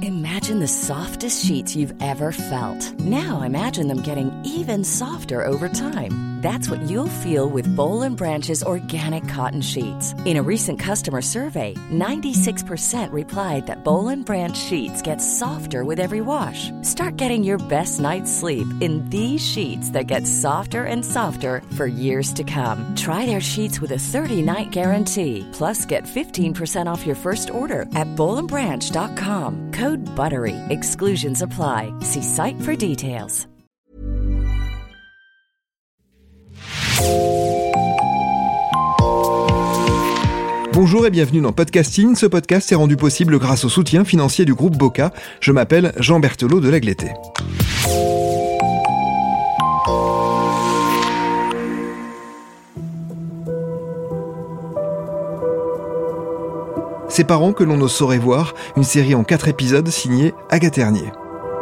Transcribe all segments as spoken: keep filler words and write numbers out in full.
Imagine the softest sheets you've ever felt. Now imagine them getting even softer over time. That's what you'll feel with Boll and Branch's organic cotton sheets. In a recent customer survey, ninety-six percent replied that Boll and Branch sheets get softer with every wash. Start getting your best night's sleep in these sheets that get softer and softer for years to come. Try their sheets with a thirty-night guarantee. Plus, get fifteen percent off your first order at boll and branch dot com. Code BUTTERY. Exclusions apply. See site for details. Bonjour et bienvenue dans Podcasting. Ce podcast est rendu possible grâce au soutien financier du groupe Boca. Je m'appelle Jean Berthelot de Lagleté. Ces parents que l'on ne saurait voir, une série en quatre épisodes signée Agathe Ternier.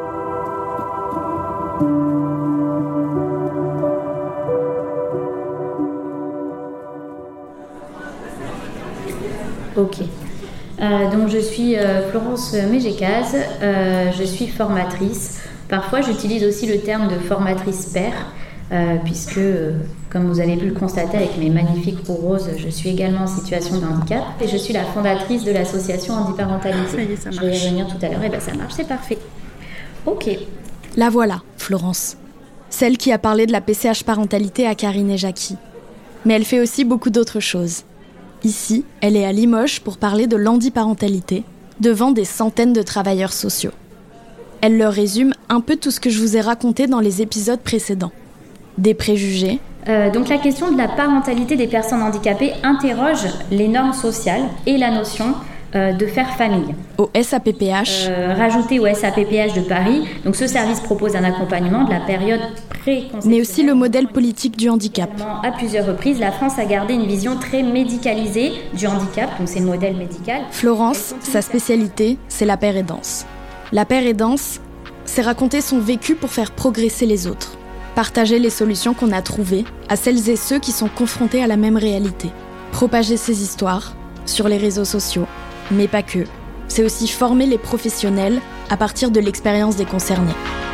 Ok. Euh, donc je suis euh, Florence Mégécaz, euh, je suis formatrice. Parfois j'utilise aussi le terme de formatrice père, euh, puisque, euh, comme vous avez pu le constater avec mes magnifiques roues roses, je suis également en situation de handicap et je suis la fondatrice de l'association Handiparentalité. Ça y est, ça marche. Je vais y revenir tout à l'heure, et bien ça marche, c'est parfait. Ok. La voilà, Florence. Celle qui a parlé de la P C H parentalité à Karine et Jackie. Mais elle fait aussi beaucoup d'autres choses. Ici, elle est à Limoges pour parler de l'handiparentalité, devant des centaines de travailleurs sociaux. Elle leur résume un peu tout ce que je vous ai raconté dans les épisodes précédents. Des préjugés. Euh, donc la question de la parentalité des personnes handicapées interroge les normes sociales et la notion euh, de faire famille. Au S A P P H. Euh, rajouté au S A P P H de Paris, donc ce service propose un accompagnement de la période pré-conceptionnelle. Mais aussi le modèle politique du handicap. À plusieurs reprises, la France a gardé une vision très médicalisée du handicap, donc c'est le modèle médical. Florence, sa spécialité, c'est la paire-aidance. La paire-aidance, c'est raconter son vécu pour faire progresser les autres. Partager les solutions qu'on a trouvées à celles et ceux qui sont confrontés à la même réalité. Propager ces histoires sur les réseaux sociaux, mais pas que. C'est aussi former les professionnels à partir de l'expérience des concernés.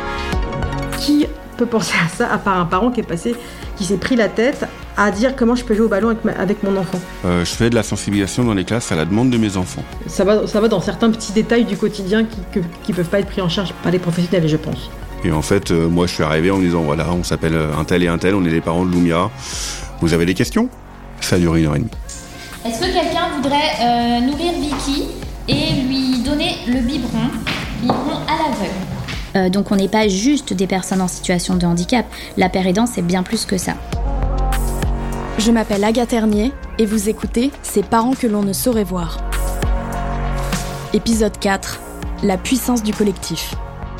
Qui peut penser à ça à part un parent qui est passé, qui s'est pris la tête à dire comment je peux jouer au ballon avec, ma, avec mon enfant. Euh, je fais de la sensibilisation dans les classes à la demande de mes enfants. Ça va, ça va dans certains petits détails du quotidien qui ne peuvent pas être pris en charge par les professionnels, je pense. Et en fait, euh, moi je suis arrivé en me disant voilà, on s'appelle un tel et un tel, on est les parents de Lumia. Vous avez des questions ? Ça dure une heure et demie. Est-ce que quelqu'un voudrait euh, nourrir Vicky et lui donner le biberon, biberon à l'aveugle ? Euh, donc on n'est pas juste des personnes en situation de handicap. La paire-aidance, c'est bien plus que ça. Je m'appelle Agathe Ternier et vous écoutez Ces parents que l'on ne saurait voir. Épisode quatre. La puissance du collectif.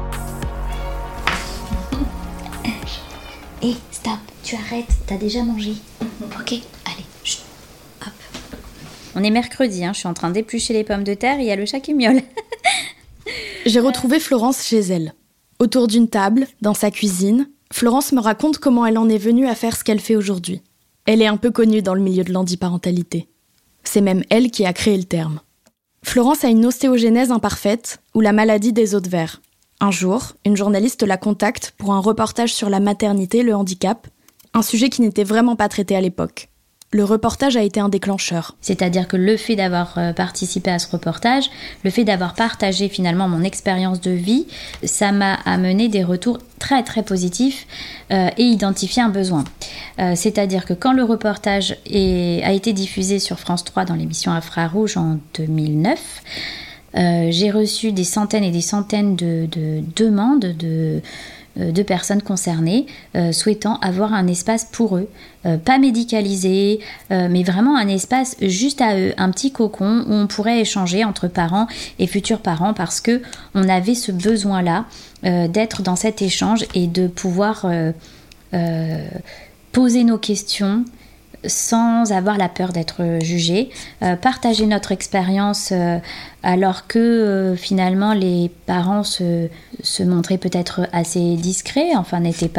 Hé, hey, stop, tu arrêtes, t'as déjà mangé. Ok, allez, chut, hop. On est mercredi, hein, je suis en train d'éplucher les pommes de terre et il y a le chat qui miaule. J'ai retrouvé Florence chez elle. Autour d'une table, dans sa cuisine, Florence me raconte comment elle en est venue à faire ce qu'elle fait aujourd'hui. Elle est un peu connue dans le milieu de l'handiparentalité. C'est même elle qui a créé le terme. Florence a une ostéogenèse imparfaite ou la maladie des os de verre. Un jour, une journaliste la contacte pour un reportage sur la maternité et le handicap, un sujet qui n'était vraiment pas traité à l'époque. Le reportage a été un déclencheur. C'est-à-dire que le fait d'avoir participé à ce reportage, le fait d'avoir partagé finalement mon expérience de vie, ça m'a amené des retours très très positifs euh, et identifié un besoin. Euh, c'est-à-dire que quand le reportage est, a été diffusé sur France trois dans l'émission Infrarouge en deux mille neuf, euh, j'ai reçu des centaines et des centaines de, de demandes de... de personnes concernées euh, souhaitant avoir un espace pour eux, euh, pas médicalisé, euh, mais vraiment un espace juste à eux, un petit cocon où on pourrait échanger entre parents et futurs parents parce que on avait ce besoin-là euh, d'être dans cet échange et de pouvoir euh, euh, poser nos questions sans avoir la peur d'être jugé, euh, partager notre expérience euh, alors que euh, finalement les parents se, se montraient peut-être assez discrets, enfin n'étaient pas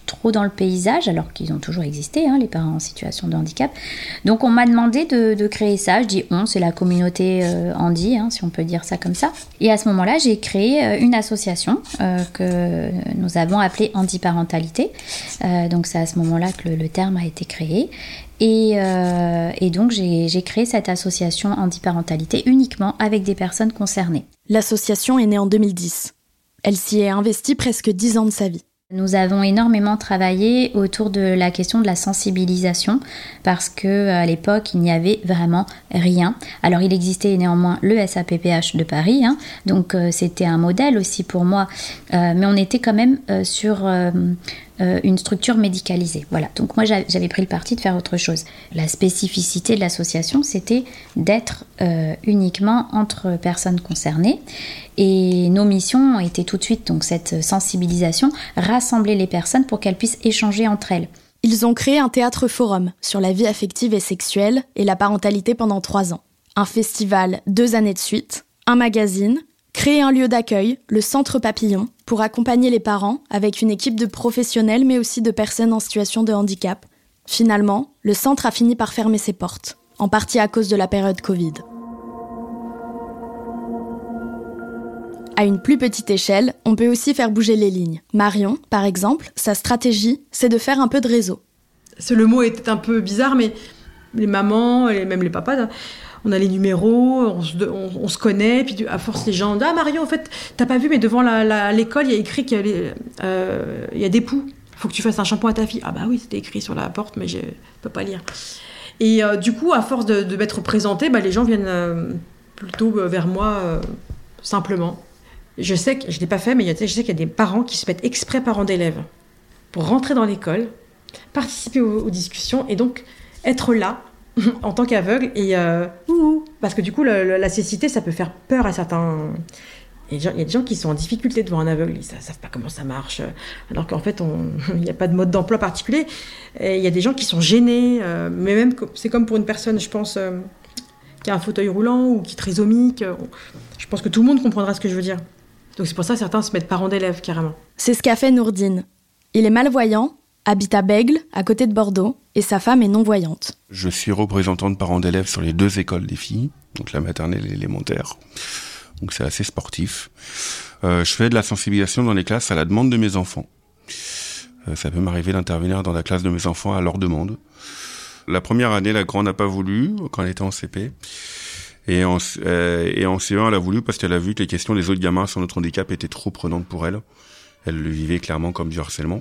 trop dans le paysage, alors qu'ils ont toujours existé, hein, les parents en situation de handicap. Donc on m'a demandé de, de créer ça. Je dis on, c'est la communauté euh, handi, hein, si on peut dire ça comme ça. Et à ce moment-là, j'ai créé euh, une association euh, que nous avons appelée Handiparentalité. Euh, donc c'est à ce moment-là que le, le terme a été créé. Et, euh, et donc j'ai, j'ai créé cette association Handiparentalité uniquement avec des personnes concernées. L'association est née en deux mille dix. Elle s'y est investie presque dix ans de sa vie. Nous avons énormément travaillé autour de la question de la sensibilisation parce qu'à l'époque, il n'y avait vraiment rien. Alors, il existait néanmoins le S A P P H de Paris, hein, donc euh, c'était un modèle aussi pour moi, euh, mais on était quand même euh, sur euh, euh, une structure médicalisée. Voilà. Donc moi, j'avais pris le parti de faire autre chose. La spécificité de l'association, c'était d'être euh, uniquement entre personnes concernées. Et nos missions ont été tout de suite, donc cette sensibilisation, rassembler les personnes pour qu'elles puissent échanger entre elles. Ils ont créé un théâtre forum sur la vie affective et sexuelle et la parentalité pendant trois ans. Un festival deux années de suite, un magazine, créé un lieu d'accueil, le Centre Papillon, pour accompagner les parents avec une équipe de professionnels mais aussi de personnes en situation de handicap. Finalement, le centre a fini par fermer ses portes, en partie à cause de la période Covid. À une plus petite échelle, on peut aussi faire bouger les lignes. Marion, par exemple, sa stratégie, c'est de faire un peu de réseau. C'est, le mot est un peu bizarre, mais les mamans, et même les papas, on a les numéros, on se, on, on se connaît, puis à force les gens disent « Ah Marion, en fait, t'as pas vu, mais devant la, la, l'école, il y a écrit qu'il y a, les, euh, il y a des poux. Faut que tu fasses un shampoing à ta fille. » Ah bah oui, c'était écrit sur la porte, mais je peux pas lire. Et euh, du coup, à force de, de m'être présentée, bah, les gens viennent euh, plutôt vers moi euh, simplement. Je sais que je ne l'ai pas fait, mais je sais qu'il y a des parents qui se mettent exprès parents d'élèves pour rentrer dans l'école, participer aux, aux discussions et donc être là en tant qu'aveugle. Et euh, ouh, parce que du coup, le, le, la cécité, ça peut faire peur à certains. Il y a des gens qui sont en difficulté devant un aveugle, ils ne savent pas comment ça marche, alors qu'en fait, il n'y a pas de mode d'emploi particulier. Et il y a des gens qui sont gênés, euh, mais même c'est comme pour une personne, je pense, euh, qui a un fauteuil roulant ou qui est trisomique. Euh, je pense que tout le monde comprendra ce que je veux dire. Donc c'est pour ça que certains se mettent parents d'élèves, carrément. C'est ce qu'a fait Nourdine. Il est malvoyant, habite à Bègle, à côté de Bordeaux, et sa femme est non-voyante. Je suis représentant de parents d'élèves sur les deux écoles des filles, donc la maternelle et l'élémentaire. Donc c'est assez sportif. Euh, je fais de la sensibilisation dans les classes à la demande de mes enfants. Euh, ça peut m'arriver d'intervenir dans la classe de mes enfants à leur demande. La première année, la grande n'a pas voulu, quand elle était en C P. Et en, euh, et en C E un, elle a voulu parce qu'elle a vu que les questions des autres gamins sur notre handicap étaient trop prenantes pour elle. Elle le vivait clairement comme du harcèlement.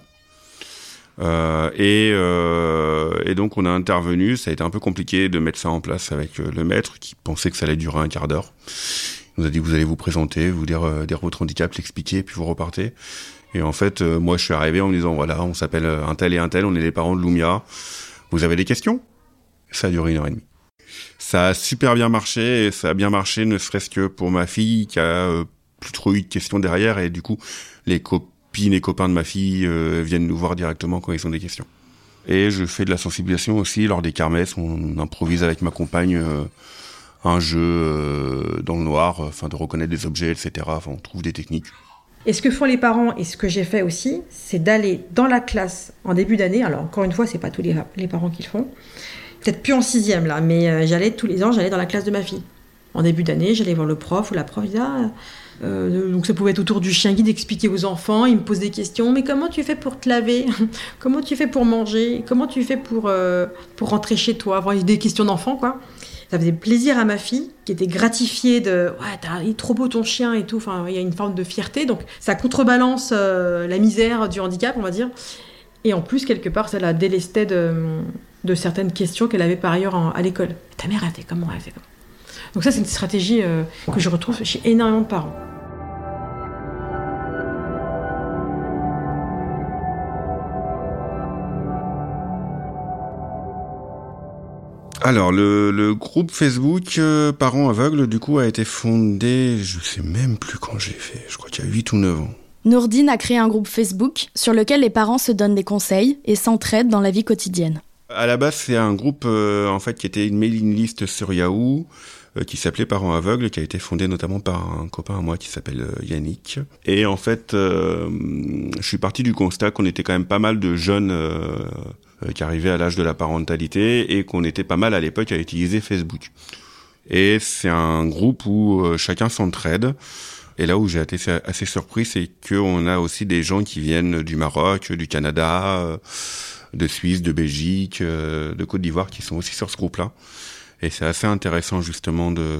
Euh, et, euh, et donc on a intervenu. Ça a été un peu compliqué de mettre ça en place avec euh, le maître qui pensait que ça allait durer un quart d'heure. Il nous a dit vous allez vous présenter, vous dire, euh, dire votre handicap, l'expliquer, puis vous repartez. Et en fait, euh, moi je suis arrivé en me disant voilà, on s'appelle un tel et un tel, on est les parents de Lumia. Vous avez des questions ? Ça a duré une heure et demie. Ça a super bien marché, et ça a bien marché ne serait-ce que pour ma fille qui a euh, plus trop eu de questions derrière, et du coup, les copines et copains de ma fille euh, viennent nous voir directement quand ils ont des questions. Et je fais de la sensibilisation aussi lors des kermesses, on improvise avec ma compagne euh, un jeu euh, dans le noir, enfin de reconnaître des objets, et cetera. Enfin, on trouve des techniques. Et ce que font les parents, et ce que j'ai fait aussi, c'est d'aller dans la classe en début d'année, alors encore une fois, c'est pas tous les, les parents qui le font, peut-être plus en sixième là, mais euh, j'allais tous les ans, j'allais dans la classe de ma fille. En début d'année, j'allais voir le prof ou la prof, disait, ah, euh, donc ça pouvait être autour du chien guide, d'expliquer aux enfants, ils me posent des questions, mais comment tu fais pour te laver ? Comment tu fais pour manger ? Comment tu fais pour, euh, pour rentrer chez toi ? Avoir des questions d'enfants, quoi. Ça faisait plaisir à ma fille, qui était gratifiée de « Ouais, t'as, il est trop beau ton chien et tout », enfin, il y a une forme de fierté, donc ça contrebalance euh, la misère du handicap, on va dire. Et en plus, quelque part, ça la délestait de, de certaines questions qu'elle avait par ailleurs en, à l'école. Ta mère, elle fait comment ? Elle fait comment ? Donc ça, c'est une stratégie euh, que je retrouve chez énormément de parents. Alors, le, le groupe Facebook euh, Parents Aveugles, du coup, a été fondé, je sais même plus quand j'ai fait, je crois qu'il y a huit ou neuf ans. Nourdine a créé un groupe Facebook sur lequel les parents se donnent des conseils et s'entraident dans la vie quotidienne. À la base, c'est un groupe euh, en fait qui était une mailing list sur Yahoo euh, qui s'appelait Parents Aveugles, qui a été fondé notamment par un copain à moi qui s'appelle euh, Yannick. Et en fait, euh, je suis parti du constat qu'on était quand même pas mal de jeunes euh, euh, qui arrivaient à l'âge de la parentalité et qu'on était pas mal à l'époque à utiliser Facebook. Et c'est un groupe où euh, chacun s'entraide. Et là où j'ai été assez surpris, c'est qu'on a aussi des gens qui viennent du Maroc, du Canada, de Suisse, de Belgique, de Côte d'Ivoire, qui sont aussi sur ce groupe-là. Et c'est assez intéressant justement de,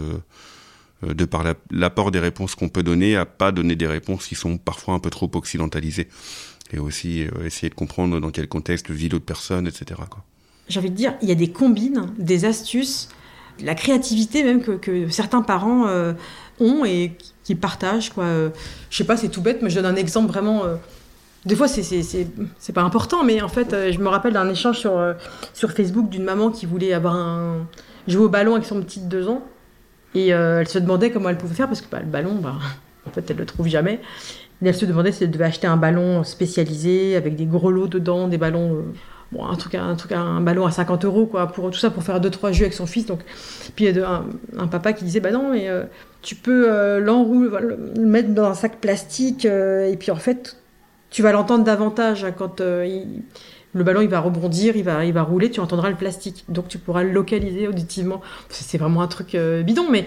de par la, l'apport des réponses qu'on peut donner, à pas donner des réponses qui sont parfois un peu trop occidentalisées. Et aussi euh, essayer de comprendre dans quel contexte vit l'autre personne, et cetera, quoi. J'ai envie de dire, il y a des combines, des astuces, la créativité même que, que certains parents euh, ont et qui partagent, quoi. Euh, je sais pas, c'est tout bête, mais je donne un exemple vraiment. Euh, des fois, c'est, c'est, c'est, c'est pas important, mais en fait, euh, je me rappelle d'un échange sur, euh, sur Facebook d'une maman qui voulait avoir un, jouer au ballon avec son petit de deux ans. Et euh, elle se demandait comment elle pouvait faire, parce que bah, le ballon, bah, en fait, elle le trouve jamais. Et elle se demandait si elle devait acheter un ballon spécialisé, avec des gros lots dedans, des ballons. Euh, Bon, un truc, un truc, un ballon à cinquante euros, quoi, pour tout ça, pour faire deux, trois jeux avec son fils. Donc, puis il y a un, un papa qui disait, bah non, mais euh, tu peux euh, l'enrouler, le mettre dans un sac plastique, euh, et puis en fait, tu vas l'entendre davantage hein, quand euh, il, le ballon il va rebondir, il va, il va rouler, tu entendras le plastique. Donc tu pourras le localiser auditivement. C'est vraiment un truc euh, bidon, mais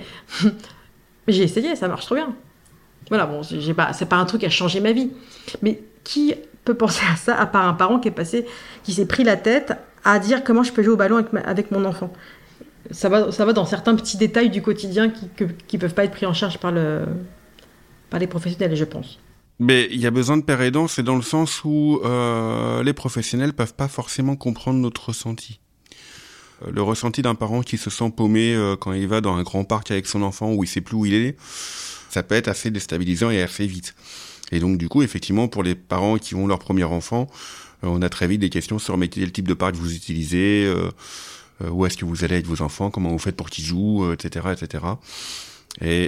j'ai essayé, ça marche trop bien. Voilà, bon, j'ai pas, c'est pas un truc qui a changé ma vie, mais qui peut penser à ça à part un parent qui est passé, qui s'est pris la tête à dire comment je peux jouer au ballon avec, ma, avec mon enfant. Ça va, ça va dans certains petits détails du quotidien qui que, qui peuvent pas être pris en charge par le, par les professionnels, je pense. Mais il y a besoin de père aidant, c'est dans le sens où euh, les professionnels peuvent pas forcément comprendre notre ressenti. Euh, le ressenti d'un parent qui se sent paumé euh, quand il va dans un grand parc avec son enfant où il sait plus où il est, ça peut être assez déstabilisant et assez vite. Et donc, du coup, effectivement, pour les parents qui ont leur premier enfant, euh, on a très vite des questions sur mais quel type de parc vous utilisez, euh, euh, où est-ce que vous allez avec vos enfants, comment vous faites pour qu'ils jouent, euh, et cetera, et cetera. Et,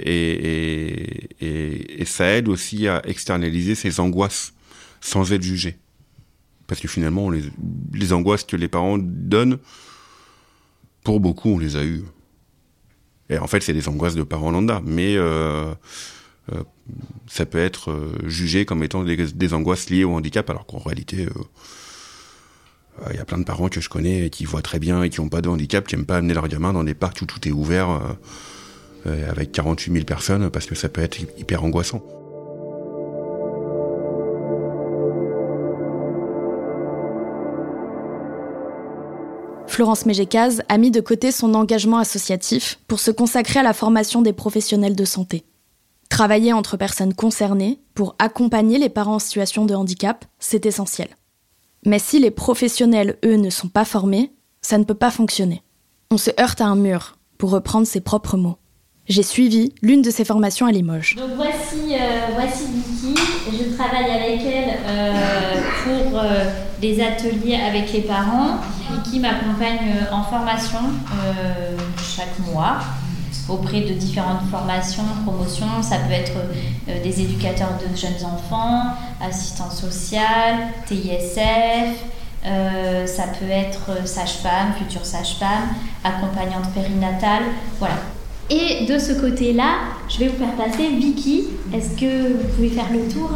et, et, et, et ça aide aussi à externaliser ces angoisses sans être jugé. Parce que finalement, les, les angoisses que les parents donnent, pour beaucoup, on les a eues. Et en fait, c'est des angoisses de parents lambda, mais euh, euh, ça peut être euh, jugé comme étant des, des angoisses liées au handicap, alors qu'en réalité, il euh, y a plein de parents que je connais qui voient très bien et qui n'ont pas de handicap, qui n'aiment pas amener leur gamin dans des parcs où tout est ouvert euh, euh, avec quarante-huit mille personnes, parce que ça peut être hyper angoissant. Florence Mégécaz a mis de côté son engagement associatif pour se consacrer à la formation des professionnels de santé. Travailler entre personnes concernées pour accompagner les parents en situation de handicap, c'est essentiel. Mais si les professionnels, eux, ne sont pas formés, ça ne peut pas fonctionner. On se heurte à un mur, pour reprendre ses propres mots. J'ai suivi l'une de ces formations à Limoges. Donc voici, euh, voici Vicky. Je travaille avec elle euh, pour euh, des ateliers avec les parents. Vicky m'accompagne en formation euh, chaque mois auprès de différentes formations, promotions. Ça peut être euh, des éducateurs de jeunes enfants, assistants sociaux, T I S F. Euh, ça peut être sage-femme, future sage-femme, accompagnante périnatale. Voilà. Et de ce côté-là, je vais vous faire passer Vicky. Est-ce que vous pouvez faire le tour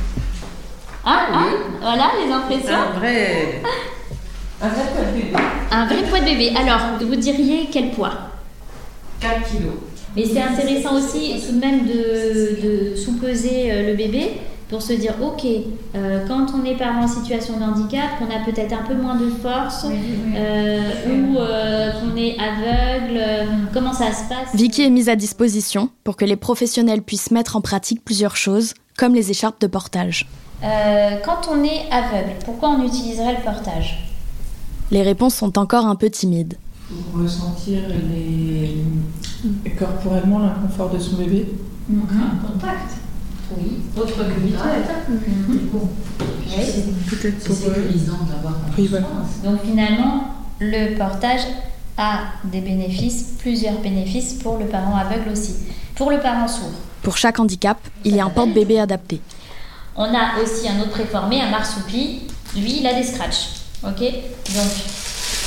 Ah, ah oui. Voilà, les impressions. Un vrai... Un vrai poids de bébé. Un vrai poids de bébé. Alors, vous diriez quel poids ? quatre kilos. Mais c'est intéressant aussi tout de même de, de sous-peser le bébé pour se dire, ok, euh, quand on est parent en situation de handicap, on a peut-être un peu moins de force, oui, oui, euh, ou euh, qu'on est aveugle, euh, comment ça se passe ? Vicky est mise à disposition pour que les professionnels puissent mettre en pratique plusieurs choses, comme les écharpes de portage. Euh, quand on est aveugle, pourquoi on utiliserait le portage ? Les réponses sont encore un peu timides. Pour ressentir les... corporellement l'inconfort de son bébé. Mmh. Un contact. Oui, autre que virtuel. Mmh. Bon. Oui. C'est peut-être pour sécurisant d'avoir oui, voilà. Donc finalement, le portage a des bénéfices, plusieurs bénéfices pour le parent aveugle aussi, pour le parent sourd. Pour chaque handicap, il y a un porte-bébé adapté. On a aussi un autre préformé, un marsoupi. Lui, il a des scratchs. Ok ? Donc,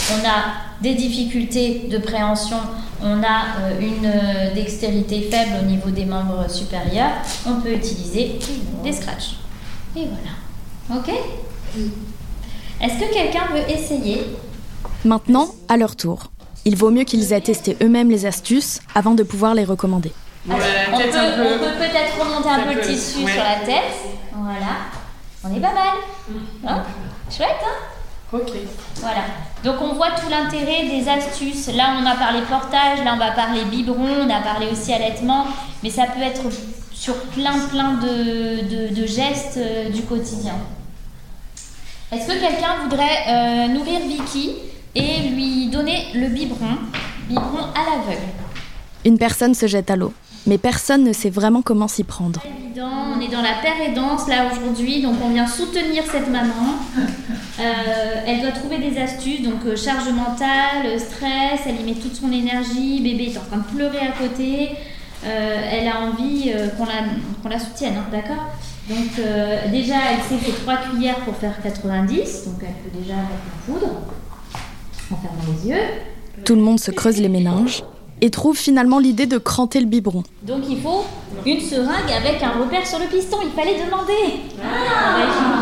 on a des difficultés de préhension, on a euh, une euh, dextérité faible au niveau des membres supérieurs, on peut utiliser des scratchs. Et voilà. Ok ? Est-ce que quelqu'un veut essayer ? Maintenant, à leur tour. Il vaut mieux qu'ils aient testé eux-mêmes les astuces avant de pouvoir les recommander. Ouais, on, peut, peu... on peut peut-être remonter un peu le tissu ouais. sur la tête. Voilà. On est pas mal. Hein ? Chouette, hein ? Ok. Voilà. Donc on voit tout l'intérêt des astuces. Là, on a parlé portage, là, on va parler biberon, on a parlé aussi allaitement. Mais ça peut être sur plein, plein de, de, de gestes euh, du quotidien. Est-ce que quelqu'un voudrait euh, nourrir Vicky et lui donner le biberon, biberon à l'aveugle ? Une personne se jette à l'eau, mais personne ne sait vraiment comment s'y prendre. Évident, on est dans la pérédance là aujourd'hui, donc on vient soutenir cette maman. Euh, elle doit trouver des astuces, donc euh, charge mentale, stress, elle y met toute son énergie, bébé est en train de pleurer à côté, euh, elle a envie euh, qu'on, la, qu'on la soutienne, hein, d'accord ? Donc euh, déjà elle sait que trois cuillères pour faire quatre-vingt-dix, donc elle peut déjà mettre la poudre en fermant les yeux. Tout le monde se creuse les méninges et trouve finalement l'idée de cranter le biberon. Donc il faut une seringue avec un repère sur le piston, il fallait demander. Ah,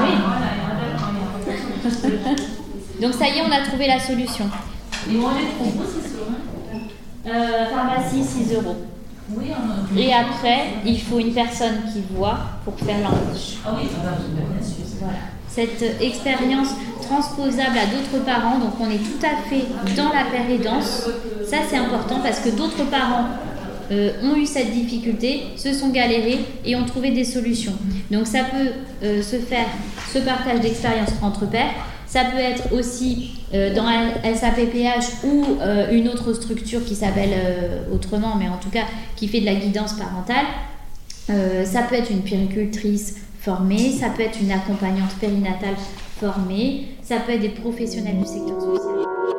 donc ça y est, on a trouvé la solution. Et on les trouve où ces seringues ? euh, Pharmacie, six euros. Oui, on a... Et après, il faut une personne qui voit pour faire l'embauche. Ah oui, ça va, bien sûr. Voilà. Cette expérience transposable à d'autres parents, donc on est tout à fait dans la pérédance. Ça c'est important parce que d'autres parents euh, ont eu cette difficulté, se sont galérés et ont trouvé des solutions. Donc ça peut euh, se faire, ce partage d'expérience entre pairs. Ça peut être aussi euh, dans un S A P P H ou euh, une autre structure qui s'appelle euh, autrement, mais en tout cas qui fait de la guidance parentale. Euh, ça peut être une puéricultrice formée, ça peut être une accompagnante périnatale formée, ça peut être des professionnels du secteur social.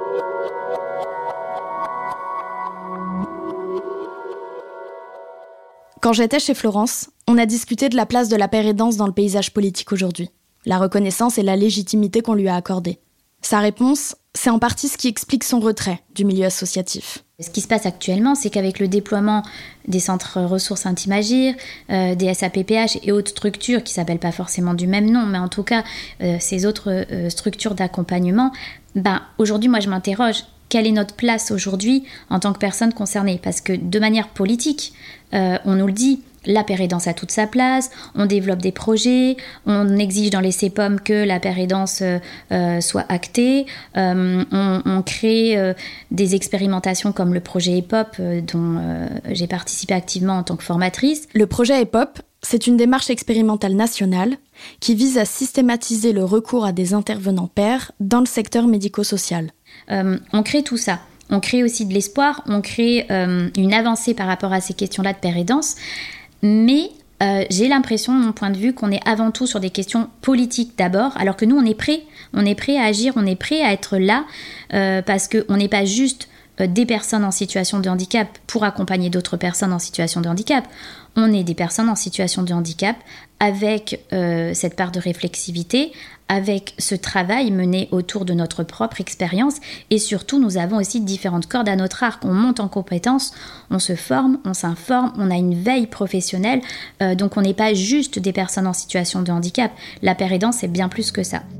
Quand j'étais chez Florence, on a discuté de la place de la pérédance dans le paysage politique aujourd'hui, la reconnaissance et la légitimité qu'on lui a accordée. Sa réponse, c'est en partie ce qui explique son retrait du milieu associatif. Ce qui se passe actuellement, c'est qu'avec le déploiement des centres ressources Intim'Agir, euh, des S A P P H et autres structures qui ne s'appellent pas forcément du même nom, mais en tout cas euh, ces autres euh, structures d'accompagnement, ben, aujourd'hui, moi je m'interroge, quelle est notre place aujourd'hui en tant que personne concernée ? Parce que de manière politique, euh, on nous le dit, la pérédance a toute sa place, on développe des projets, on exige dans les C E P O M que la pérédance euh, euh, soit actée, euh, on, on crée euh, des expérimentations comme le projet E P O P euh, dont euh, j'ai participé activement en tant que formatrice. Le projet E P O P, c'est une démarche expérimentale nationale qui vise à systématiser le recours à des intervenants pairs dans le secteur médico-social. Euh, on crée tout ça. On crée aussi de l'espoir, on crée euh, une avancée par rapport à ces questions-là de pérédance. Mais euh, j'ai l'impression, de mon point de vue, qu'on est avant tout sur des questions politiques d'abord, alors que nous, on est prêts. On est prêts à agir, on est prêts à être là, euh, parce qu'on n'est pas juste euh, des personnes en situation de handicap pour accompagner d'autres personnes en situation de handicap. On est des personnes en situation de handicap avec euh, cette part de réflexivité, avec ce travail mené autour de notre propre expérience, et surtout nous avons aussi différentes cordes à notre arc. On monte en compétences, on se forme, on s'informe, on a une veille professionnelle, euh, donc on n'est pas juste des personnes en situation de handicap. La pérédance, c'est bien plus que ça.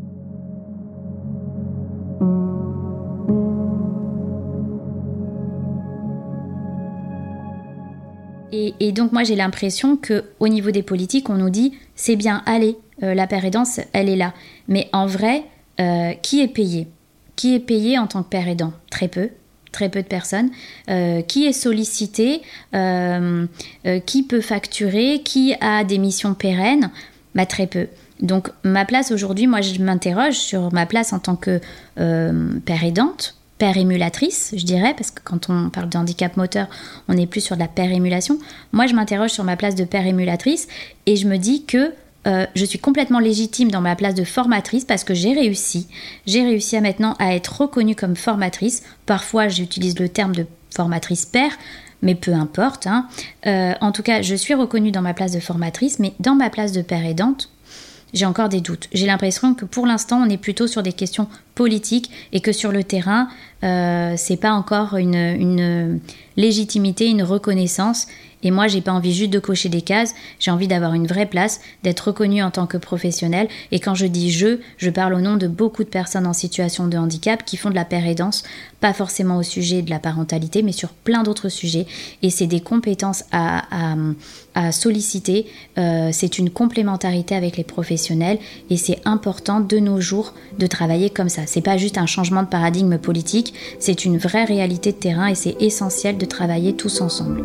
Et, et donc moi j'ai l'impression qu'au niveau des politiques, on nous dit c'est bien, allez, euh, la pérédance, elle est là. Mais en vrai, euh, qui est payé ? Qui est payé en tant que père aidant ? Très peu, très peu de personnes. Euh, qui est sollicité ? euh, euh, Qui peut facturer ? Qui a des missions pérennes ? Bah, très peu. Donc ma place aujourd'hui, moi je m'interroge sur ma place en tant que euh, père aidante, père émulatrice, je dirais, parce que quand on parle de handicap moteur, on est plus sur de la père émulation. Moi, je m'interroge sur ma place de père émulatrice et je me dis que euh, je suis complètement légitime dans ma place de formatrice parce que j'ai réussi. J'ai réussi à maintenant à être reconnue comme formatrice. Parfois, j'utilise le terme de formatrice père, mais peu importe. Hein. Euh, en tout cas, je suis reconnue dans ma place de formatrice, mais dans ma place de père aidante, j'ai encore des doutes. J'ai l'impression que pour l'instant, on est plutôt sur des questions politiques et que sur le terrain, euh, c'est pas encore une, une légitimité, une reconnaissance. Et moi, j'ai pas envie juste de cocher des cases, j'ai envie d'avoir une vraie place, d'être reconnue en tant que professionnelle. Et quand je dis je, je parle au nom de beaucoup de personnes en situation de handicap qui font de la pérédance, pas forcément au sujet de la parentalité, mais sur plein d'autres sujets. Et c'est des compétences à, à, à solliciter, euh, c'est une complémentarité avec les professionnels et c'est important de nos jours de travailler comme ça. C'est pas juste un changement de paradigme politique, c'est une vraie réalité de terrain et c'est essentiel de travailler tous ensemble.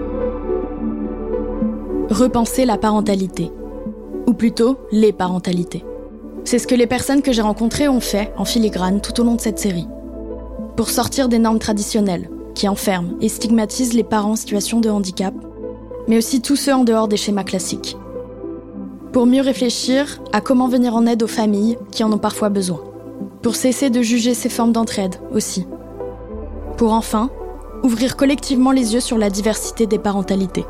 Repenser la parentalité. Ou plutôt, les parentalités. C'est ce que les personnes que j'ai rencontrées ont fait en filigrane tout au long de cette série. Pour sortir des normes traditionnelles, qui enferment et stigmatisent les parents en situation de handicap, mais aussi tous ceux en dehors des schémas classiques. Pour mieux réfléchir à comment venir en aide aux familles qui en ont parfois besoin. Pour cesser de juger ces formes d'entraide aussi. Pour enfin, ouvrir collectivement les yeux sur la diversité des parentalités.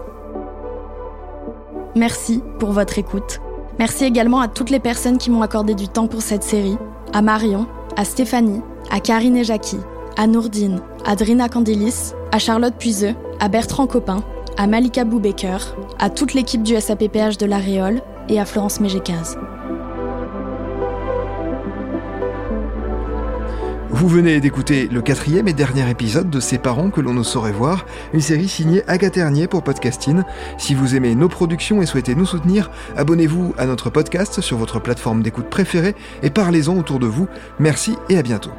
Merci pour votre écoute. Merci également à toutes les personnes qui m'ont accordé du temps pour cette série, à Marion, à Stéphanie, à Karine et Jackie, à Nourdine, à Drina Candelis, à Charlotte Puiseux, à Bertrand Copin, à Malika Boubaker, à toute l'équipe du S A P P H de La Réole et à Florence Mégécaz. Vous venez d'écouter le quatrième et dernier épisode de Ces parents que l'on ne saurait voir, une série signée Agathe Ternier pour Podcasting. Si vous aimez nos productions et souhaitez nous soutenir, abonnez-vous à notre podcast sur votre plateforme d'écoute préférée et parlez-en autour de vous. Merci et à bientôt.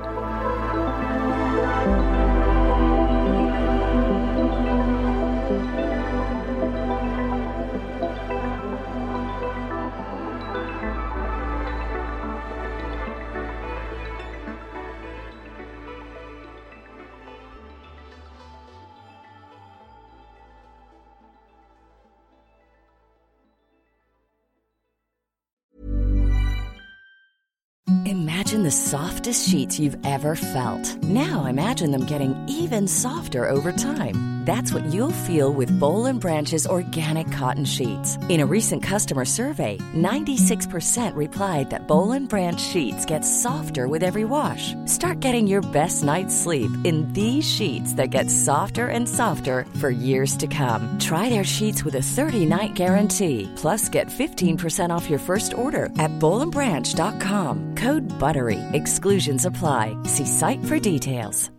Imagine the softest sheets you've ever felt. Now imagine them getting even softer over time. That's what you'll feel with Boll and Branch's organic cotton sheets. In a recent customer survey, ninety-six percent replied that Boll and Branch sheets get softer with every wash. Start getting your best night's sleep in these sheets that get softer and softer for years to come. Try their sheets with a thirty-night guarantee. Plus, get fifteen percent off your first order at boll and branch dot com. Code BUTTERY. Exclusions apply. See site for details.